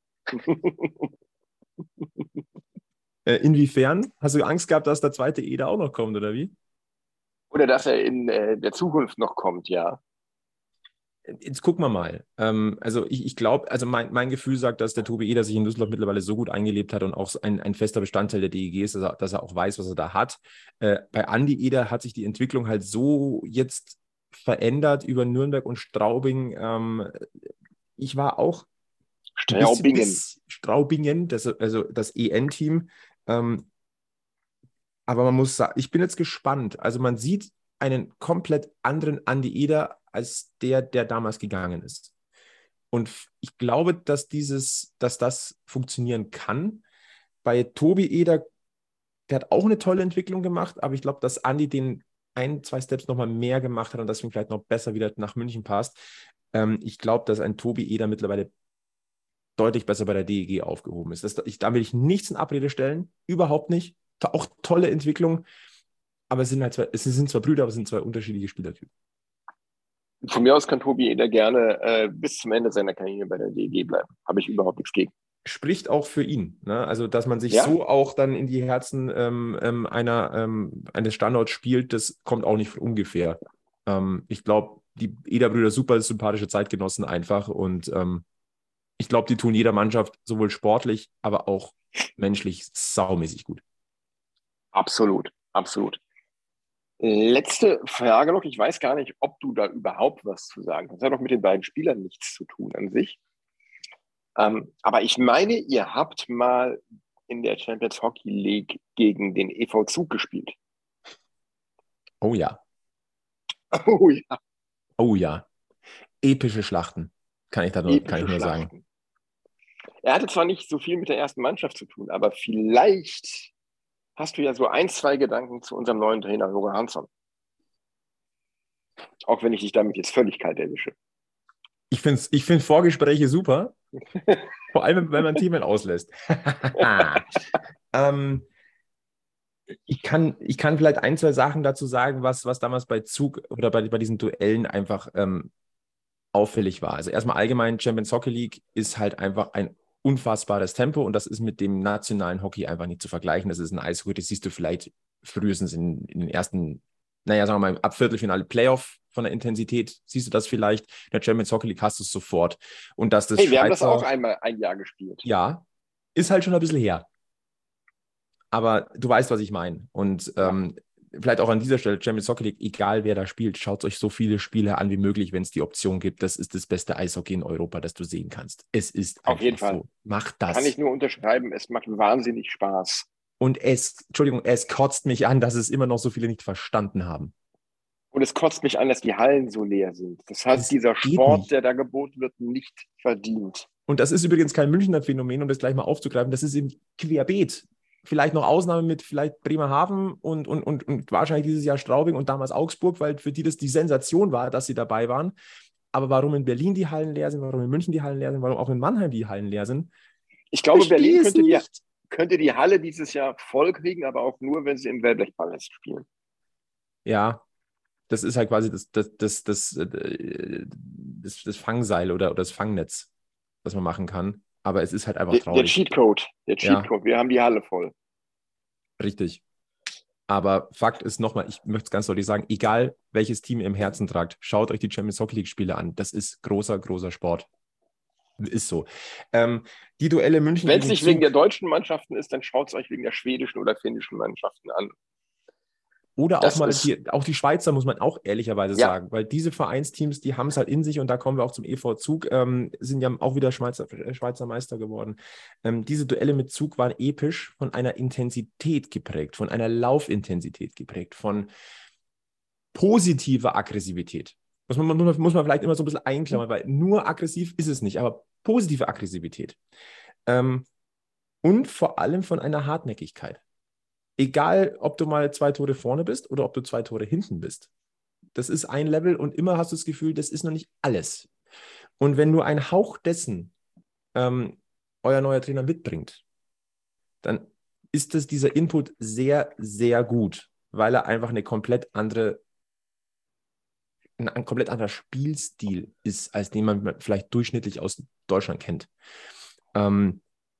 äh, inwiefern? Hast du Angst gehabt, dass der zweite Eder auch noch kommt, oder wie? Oder dass er in äh, der Zukunft noch kommt, ja. Jetzt gucken wir mal. Ähm, also ich, ich glaube, also mein, mein Gefühl sagt, dass der Tobi Eder sich in Düsseldorf mittlerweile so gut eingelebt hat und auch ein, ein fester Bestandteil der D E G ist, dass er, dass er auch weiß, was er da hat. Äh, bei Andi Eder hat sich die Entwicklung halt so jetzt verändert über Nürnberg und Straubing. Ähm, ich war auch Straubingen. Bis, Straubingen, das, also das E N-Team. Ähm, aber man muss sagen, ich bin jetzt gespannt. Also man sieht einen komplett anderen Andi Eder als der, der damals gegangen ist. Und ich glaube, dass dieses, dass das funktionieren kann. Bei Tobi Eder, der hat auch eine tolle Entwicklung gemacht, aber ich glaube, dass Andi den ein, zwei Steps nochmal mehr gemacht hat und deswegen vielleicht noch besser wieder nach München passt. Ähm, ich glaube, dass ein Tobi Eder mittlerweile deutlich besser bei der D E G aufgehoben ist. Das, ich, da will ich nichts in Abrede stellen, überhaupt nicht. Auch tolle Entwicklung, aber es sind halt zwei, es sind zwar Brüder, aber es sind zwei unterschiedliche Spielertypen. Von mir aus kann Tobi Eder gerne äh, bis zum Ende seiner Karriere bei der D E G bleiben. Habe ich überhaupt nichts gegen. Spricht auch für ihn. Ne? Also, dass man sich ja. so auch dann in die Herzen ähm, ähm, einer, ähm, eines Standorts spielt, das kommt auch nicht von ungefähr. Ähm, ich glaube, die Eder-Brüder super sympathische Zeitgenossen einfach und ähm, ich glaube, die tun jeder Mannschaft sowohl sportlich, aber auch menschlich saumäßig gut. Absolut, absolut. Letzte Frage noch. Ich weiß gar nicht, ob du da überhaupt was zu sagen hast. Das hat doch mit den beiden Spielern nichts zu tun an sich. Ähm, aber ich meine, ihr habt mal in der Champions Hockey League gegen den E V Zug gespielt. Oh ja. Oh ja. Oh ja. Epische Schlachten, kann ich da nur, kann ich nur sagen. Er hatte zwar nicht so viel mit der ersten Mannschaft zu tun, aber vielleicht hast du ja so ein, zwei Gedanken zu unserem neuen Trainer, Roger Hansson. Auch wenn ich dich damit jetzt völlig kalt erwische. Ich finde ich find Vorgespräche super. Vor allem, wenn man Themen auslässt. ähm, Ich kann, ich kann vielleicht ein, zwei Sachen dazu sagen, was, was damals bei Zug oder bei, bei diesen Duellen einfach ähm, auffällig war. Also erstmal allgemein, Champions Hockey League ist halt einfach ein unfassbares Tempo und das ist mit dem nationalen Hockey einfach nicht zu vergleichen. Das ist ein Eishockey, das siehst du vielleicht frühestens in, in den ersten, naja, sagen wir mal, ab Viertelfinale Playoff von der Intensität, siehst du das vielleicht. In der Champions Hockey League hast du es sofort. Und dass das Hey, wir Schweizer, haben das auch einmal ein Jahr gespielt. ja, ist halt schon ein bisschen her. Aber du weißt, was ich meine. Und ähm, vielleicht auch an dieser Stelle, Champions Hockey League, egal wer da spielt, schaut euch so viele Spiele an wie möglich, wenn es die Option gibt. Das ist das beste Eishockey in Europa, das du sehen kannst. Es ist Auf jeden Fall. So. Macht das. Kann ich nur unterschreiben, es macht wahnsinnig Spaß. Und es, Entschuldigung, es kotzt mich an, dass es immer noch so viele nicht verstanden haben. Und es kotzt mich an, dass die Hallen so leer sind. Das hat Das dieser geht Sport, nicht. der da geboten wird, nicht verdient. Und das ist übrigens kein Münchner Phänomen, um das gleich mal aufzugreifen. Das ist im Querbeet. Vielleicht noch Ausnahme mit vielleicht Bremerhaven und, und, und, und wahrscheinlich dieses Jahr Straubing und damals Augsburg, weil für die das die Sensation war, dass sie dabei waren. Aber warum in Berlin die Hallen leer sind, warum in München die Hallen leer sind, warum auch in Mannheim die Hallen leer sind. Ich glaube, Verstehe Berlin es könnte die, nicht. könnte die Halle dieses Jahr voll kriegen, aber auch nur, wenn sie im Wellblechpalast spielen. Ja, das ist halt quasi das, das, das, das, äh, das, das Fangseil oder, oder das Fangnetz, was man machen kann. Aber es ist halt einfach Der, der traurig. Cheatcode, der Ja. Cheatcode, wir haben die Halle voll. Richtig. Aber Fakt ist nochmal, ich möchte es ganz deutlich sagen, egal welches Team ihr im Herzen tragt, schaut euch die Champions Hockey League Spiele an. Das ist großer, großer Sport. Ist so. Ähm, die Duelle München Wenn es gegen nicht Zug, wegen der deutschen Mannschaften ist, dann schaut es euch wegen der schwedischen oder finnischen Mannschaften an. oder das auch mal ist- die, auch die Schweizer, muss man auch ehrlicherweise Ja. sagen, weil diese Vereinsteams, die haben es halt in sich und da kommen wir auch zum E V Zug, ähm, sind ja auch wieder Schweizer, Schweizer Meister geworden. Ähm, diese Duelle mit Zug waren episch, von einer Intensität geprägt, von einer Laufintensität geprägt, von positiver Aggressivität. Muss man, muss man, muss man vielleicht immer so ein bisschen einklammern, weil nur aggressiv ist es nicht, aber positive Aggressivität. Ähm, und vor allem von einer Hartnäckigkeit. Egal, ob du mal zwei Tore vorne bist oder ob du zwei Tore hinten bist. Das ist ein Level und immer hast du das Gefühl, das ist noch nicht alles. Und wenn nur ein Hauch dessen ähm, euer neuer Trainer mitbringt, dann ist das dieser Input sehr, sehr gut, weil er einfach eine komplett andere, ein, ein komplett anderer Spielstil ist, als den man vielleicht durchschnittlich aus Deutschland kennt. Ähm,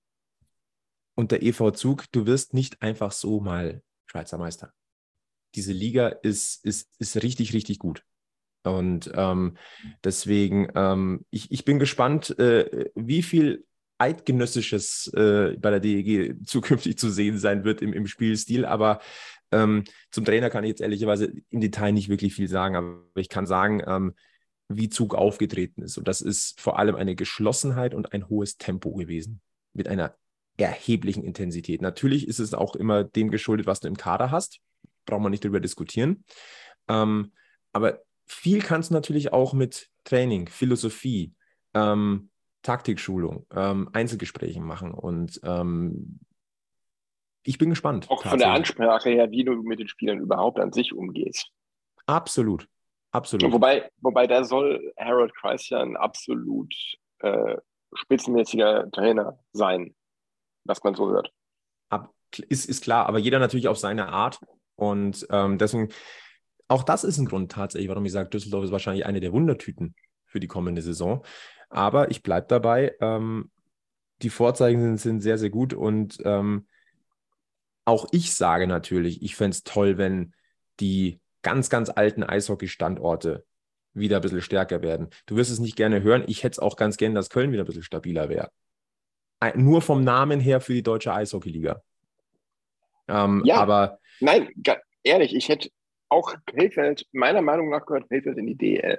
Und der E V Zug, du wirst nicht einfach so mal Schweizer Meister. Diese Liga ist, ist, ist richtig, richtig gut. Und ähm, deswegen, ähm, ich, ich bin gespannt, äh, wie viel Eidgenössisches äh, bei der D E G zukünftig zu sehen sein wird im, im Spielstil. Aber ähm, zum Trainer kann ich jetzt ehrlicherweise im Detail nicht wirklich viel sagen. Aber ich kann sagen, ähm, wie Zug aufgetreten ist. Und das ist vor allem eine Geschlossenheit und ein hohes Tempo gewesen. Mit einer erheblichen Intensität. Natürlich ist es auch immer dem geschuldet, was du im Kader hast. Braucht man nicht darüber diskutieren. Ähm, aber viel kannst du natürlich auch mit Training, Philosophie, ähm, Taktikschulung, ähm, Einzelgesprächen machen. Und ähm, ich bin gespannt. Auch von der Ansprache her, wie du mit den Spielern überhaupt an sich umgehst. Absolut. Absolut. Wobei, wobei da soll Harold Kreis ja ein absolut äh, spitzenmäßiger Trainer sein, was man so hört. Ab, ist, ist klar, aber jeder natürlich auf seine Art. Und ähm, deswegen, auch das ist ein Grund tatsächlich, warum ich sage, Düsseldorf ist wahrscheinlich eine der Wundertüten für die kommende Saison. Aber ich bleibe dabei, ähm, die Vorzeichen sind, sind sehr, sehr gut. Und ähm, auch ich sage natürlich, ich fände es toll, wenn die ganz, ganz alten Eishockey-Standorte wieder ein bisschen stärker werden. Du wirst es nicht gerne hören. Ich hätte es auch ganz gerne, dass Köln wieder ein bisschen stabiler wäre. Nur vom Namen her für die deutsche Eishockey-Liga. Ähm, Ja, aber nein, ga, ehrlich, ich hätte auch Krefeld, meiner Meinung nach gehört Krefeld in die D E L.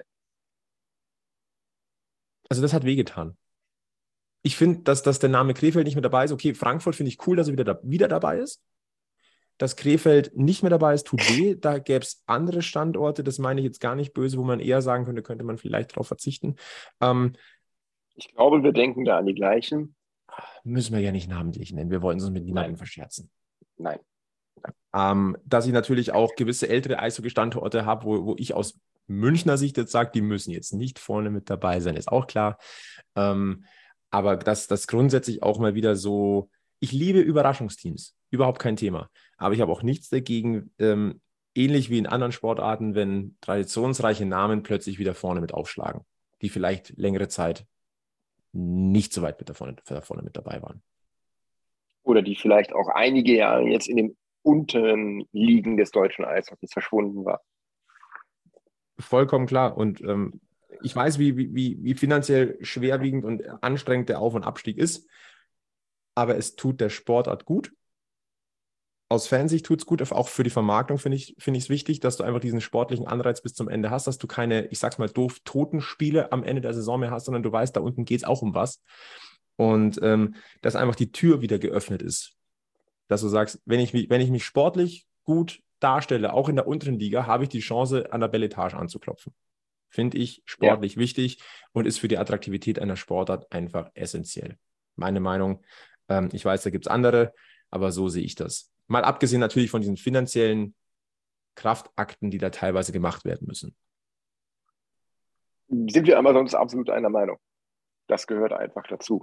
Also das hat wehgetan. Ich finde, dass, dass der Name Krefeld nicht mehr dabei ist. Okay, Frankfurt finde ich cool, dass er wieder, da, wieder dabei ist. Dass Krefeld nicht mehr dabei ist, tut weh. Da gäbe es andere Standorte, das meine ich jetzt gar nicht böse, wo man eher sagen könnte, könnte man vielleicht darauf verzichten. Ähm, ich glaube, wir denken da an die gleichen. Müssen wir ja nicht namentlich nennen. Wir wollen uns mit niemandem Nein. verscherzen. Nein. Ähm, dass ich natürlich auch gewisse ältere Eishockey-Standorte habe, wo, wo ich aus Münchner Sicht jetzt sage, die müssen jetzt nicht vorne mit dabei sein, ist auch klar. Ähm, aber dass das grundsätzlich auch mal wieder so ich liebe Überraschungsteams, überhaupt kein Thema. Aber ich habe auch nichts dagegen, ähm, ähnlich wie in anderen Sportarten, wenn traditionsreiche Namen plötzlich wieder vorne mit aufschlagen, die vielleicht längere Zeit nicht so weit mit da vorne, da vorne mit dabei waren. Oder die vielleicht auch einige Jahre jetzt in den unteren Ligen des deutschen Eishockeys verschwunden war. Vollkommen klar. Und ähm, ich weiß, wie, wie, wie finanziell schwerwiegend und anstrengend der Auf- und Abstieg ist. Aber es tut der Sportart gut. Aus Fansicht tut es gut. Auch für die Vermarktung finde ich es find wichtig, dass du einfach diesen sportlichen Anreiz bis zum Ende hast, dass du keine, ich sag's mal doof, Totenspiele am Ende der Saison mehr hast, sondern du weißt, da unten geht es auch um was. Und ähm, dass einfach die Tür wieder geöffnet ist. Dass du sagst, wenn ich mich, wenn ich mich sportlich gut darstelle, auch in der unteren Liga, habe ich die Chance, an der Belletage anzuklopfen. Finde ich sportlich ja. wichtig und ist für die Attraktivität einer Sportart einfach essentiell. Meine Meinung, ähm, ich weiß, da gibt es andere, aber so sehe ich das. Mal abgesehen natürlich von diesen finanziellen Kraftakten, die da teilweise gemacht werden müssen. Sind wir aber sonst absolut einer Meinung. Das gehört einfach dazu.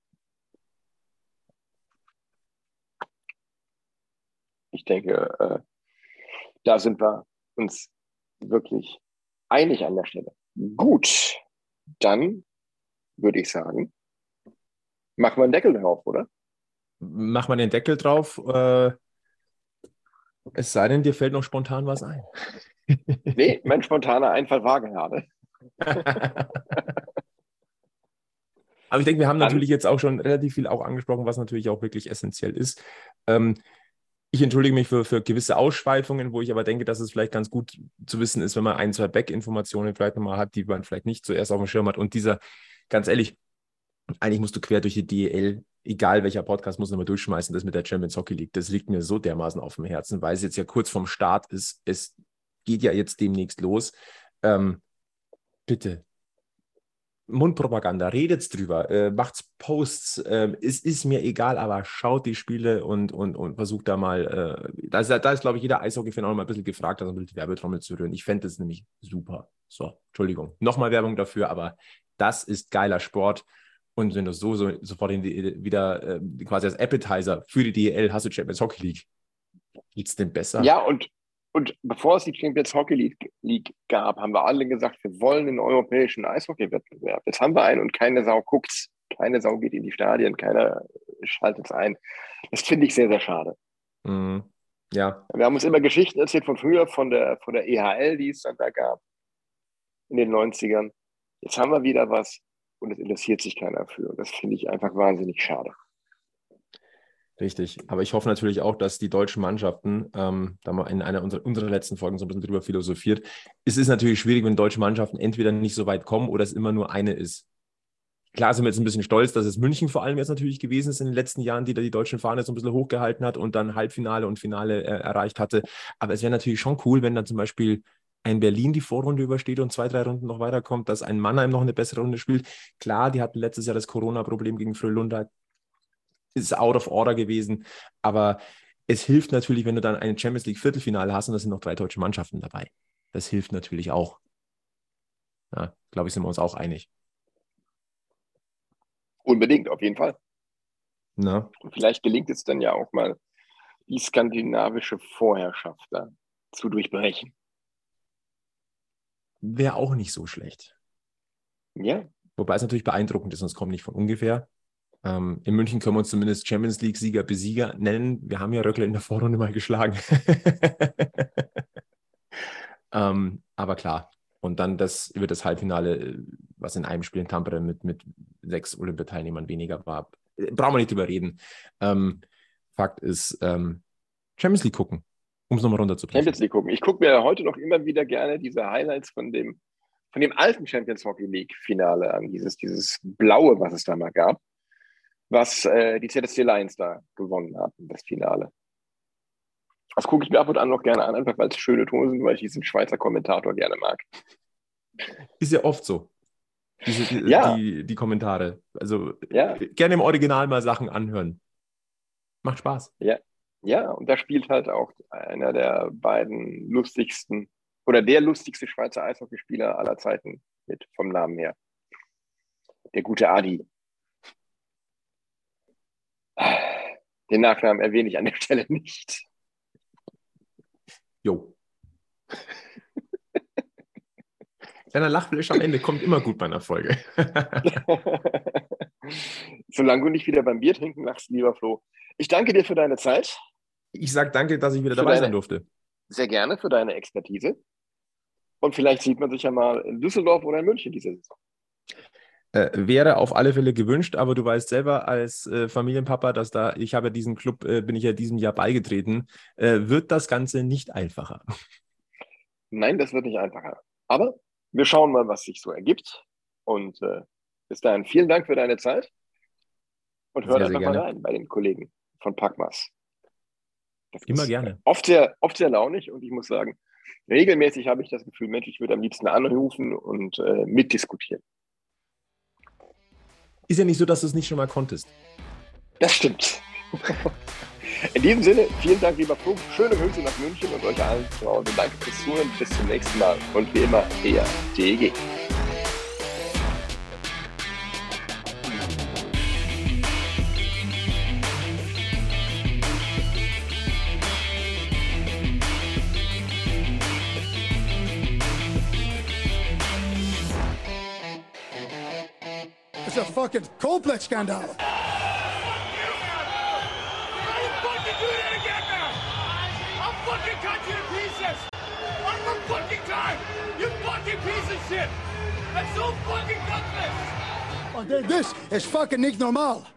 Ich denke, äh, da sind wir uns wirklich einig an der Stelle. Gut, dann würde ich sagen, machen wir einen Deckel drauf, oder? Mach mal den Deckel drauf. Äh, es sei denn, dir fällt noch spontan was ein. Nee, mein spontaner Einfall war gerade. Aber ich denke, wir haben dann natürlich jetzt auch schon relativ viel auch angesprochen, was natürlich auch wirklich essentiell ist. Ähm, ich entschuldige mich für, für gewisse Ausschweifungen, wo ich aber denke, dass es vielleicht ganz gut zu wissen ist, wenn man ein, zwei Back-Informationen vielleicht nochmal hat, die man vielleicht nicht zuerst auf dem Schirm hat. Und dieser, ganz ehrlich, eigentlich musst du quer durch die D E L, egal welcher Podcast, muss nochmal durchschmeißen, das mit der Champions Hockey League. Das liegt mir so dermaßen auf dem Herzen, weil es jetzt ja kurz vorm Start ist. Es geht ja jetzt demnächst los. Ähm, bitte. Mundpropaganda, redet's drüber, äh, macht's Posts, äh, es ist mir egal, aber schaut die Spiele und, und, und versucht da mal, äh, da ist, da ist glaube ich, jeder Eishockey-Fan auch mal ein bisschen gefragt, also die Werbetrommel zu rühren. Ich fände das nämlich super. So, Entschuldigung, nochmal Werbung dafür, aber das ist geiler Sport. Und wenn du so, so sofort in die, wieder äh, quasi als Appetizer für die D E L hast du Champions Hockey League. Geht's denn besser? Ja, und Und bevor es die Champions Hockey League, League gab, haben wir alle gesagt, wir wollen einen europäischen Eishockey-Wettbewerb. Jetzt haben wir einen und keine Sau guckt's. Keine Sau geht in die Stadien, keiner schaltet es ein. Das finde ich sehr, sehr schade. Mhm. Ja. Wir haben uns immer Geschichten erzählt von früher, von der, von der E H L, die es dann da gab in den neunzigern. Jetzt haben wir wieder was und es interessiert sich keiner für. Das finde ich einfach wahnsinnig schade. Richtig, aber ich hoffe natürlich auch, dass die deutschen Mannschaften, ähm, da mal in einer unserer, unserer letzten Folgen so ein bisschen drüber philosophiert, es ist natürlich schwierig, wenn deutsche Mannschaften entweder nicht so weit kommen oder es immer nur eine ist. Klar sind wir jetzt ein bisschen stolz, dass es München vor allem jetzt natürlich gewesen ist in den letzten Jahren, die da die deutschen Fahne so ein bisschen hochgehalten hat und dann Halbfinale und Finale äh, erreicht hatte. Aber es wäre natürlich schon cool, wenn dann zum Beispiel ein Berlin die Vorrunde übersteht und zwei, drei Runden noch weiterkommt, dass ein Mannheim noch eine bessere Runde spielt. Klar, die hatten letztes Jahr das Corona-Problem gegen Frölunda, ist out of order gewesen, aber es hilft natürlich, wenn du dann ein Champions League Viertelfinale hast und da sind noch drei deutsche Mannschaften dabei. Das hilft natürlich auch. Ja, glaube ich, sind wir uns auch einig. Unbedingt, auf jeden Fall. Na? Und vielleicht gelingt es dann ja auch mal, die skandinavische Vorherrschaft da zu durchbrechen. Wäre auch nicht so schlecht. Ja. Wobei es natürlich beeindruckend ist und es kommt nicht von ungefähr. Ähm, in München können wir uns zumindest Champions League-Sieger, Besieger nennen. Wir haben ja Röckle in der Vorrunde mal geschlagen. ähm, aber klar. Und dann das über das Halbfinale, was in einem Spiel in Tampere mit, mit sechs Olympiateilnehmern weniger war. Brauchen wir nicht drüber reden. Ähm, Fakt ist, ähm, Champions League gucken, um es nochmal runterzubrechen. Champions League gucken. Ich gucke mir heute noch immer wieder gerne diese Highlights von dem, von dem alten Champions Hockey League Finale an. Dieses, dieses Blaue, was es da mal gab, was äh, die Z S C Lions da gewonnen hatten, das Finale. Das gucke ich mir ab und an noch gerne an, einfach weil es schöne Tone sind, weil ich diesen Schweizer Kommentator gerne mag. Ist ja oft so. Diese, die, ja. die, die Kommentare. Also ja. gerne im Original mal Sachen anhören. Macht Spaß. Ja. ja, und da spielt halt auch einer der beiden lustigsten oder der lustigste Schweizer Eishockeyspieler aller Zeiten mit, vom Namen her. Der gute Adi. Den Nachnamen erwähne ich an der Stelle nicht. Jo. Kleiner Lachflash am Ende kommt immer gut bei einer Folge. Solange du nicht wieder beim Bier trinken lachst, lieber Flo. Ich danke dir für deine Zeit. Ich sage danke, dass ich wieder Für dabei deine- sein durfte. Sehr gerne für deine Expertise. Und vielleicht sieht man sich ja mal in Düsseldorf oder in München diese Saison. Äh, wäre auf alle Fälle gewünscht, aber du weißt selber als äh, Familienpapa, dass da, ich habe ja diesen Club, äh, bin ich ja diesem Jahr beigetreten, äh, wird das Ganze nicht einfacher. Nein, das wird nicht einfacher. Aber wir schauen mal, was sich so ergibt. Und äh, bis dahin vielen Dank für deine Zeit. Und hört Sehr, sehr einfach mal gerne. rein bei den Kollegen von Packmas. Das Immer ist gerne. Oft sehr, oft sehr launig und ich muss sagen, regelmäßig habe ich das Gefühl, Mensch, ich würde am liebsten anrufen und äh, mitdiskutieren. Ist ja nicht so, dass du es nicht schon mal konntest. Das stimmt. In diesem Sinne, vielen Dank, lieber Flo. Schöne Grüße nach München und euch allen zu Hause. Danke fürs Zuhören. Bis zum nächsten Mal. Und wie immer, eher D G. It's a fucking Coldplay-Skandal. Don't fucking do that again now! I'll fucking cut you to pieces! One more fucking time! You fucking piece of shit! That's so fucking gutless! Und this is fucking nicht normal.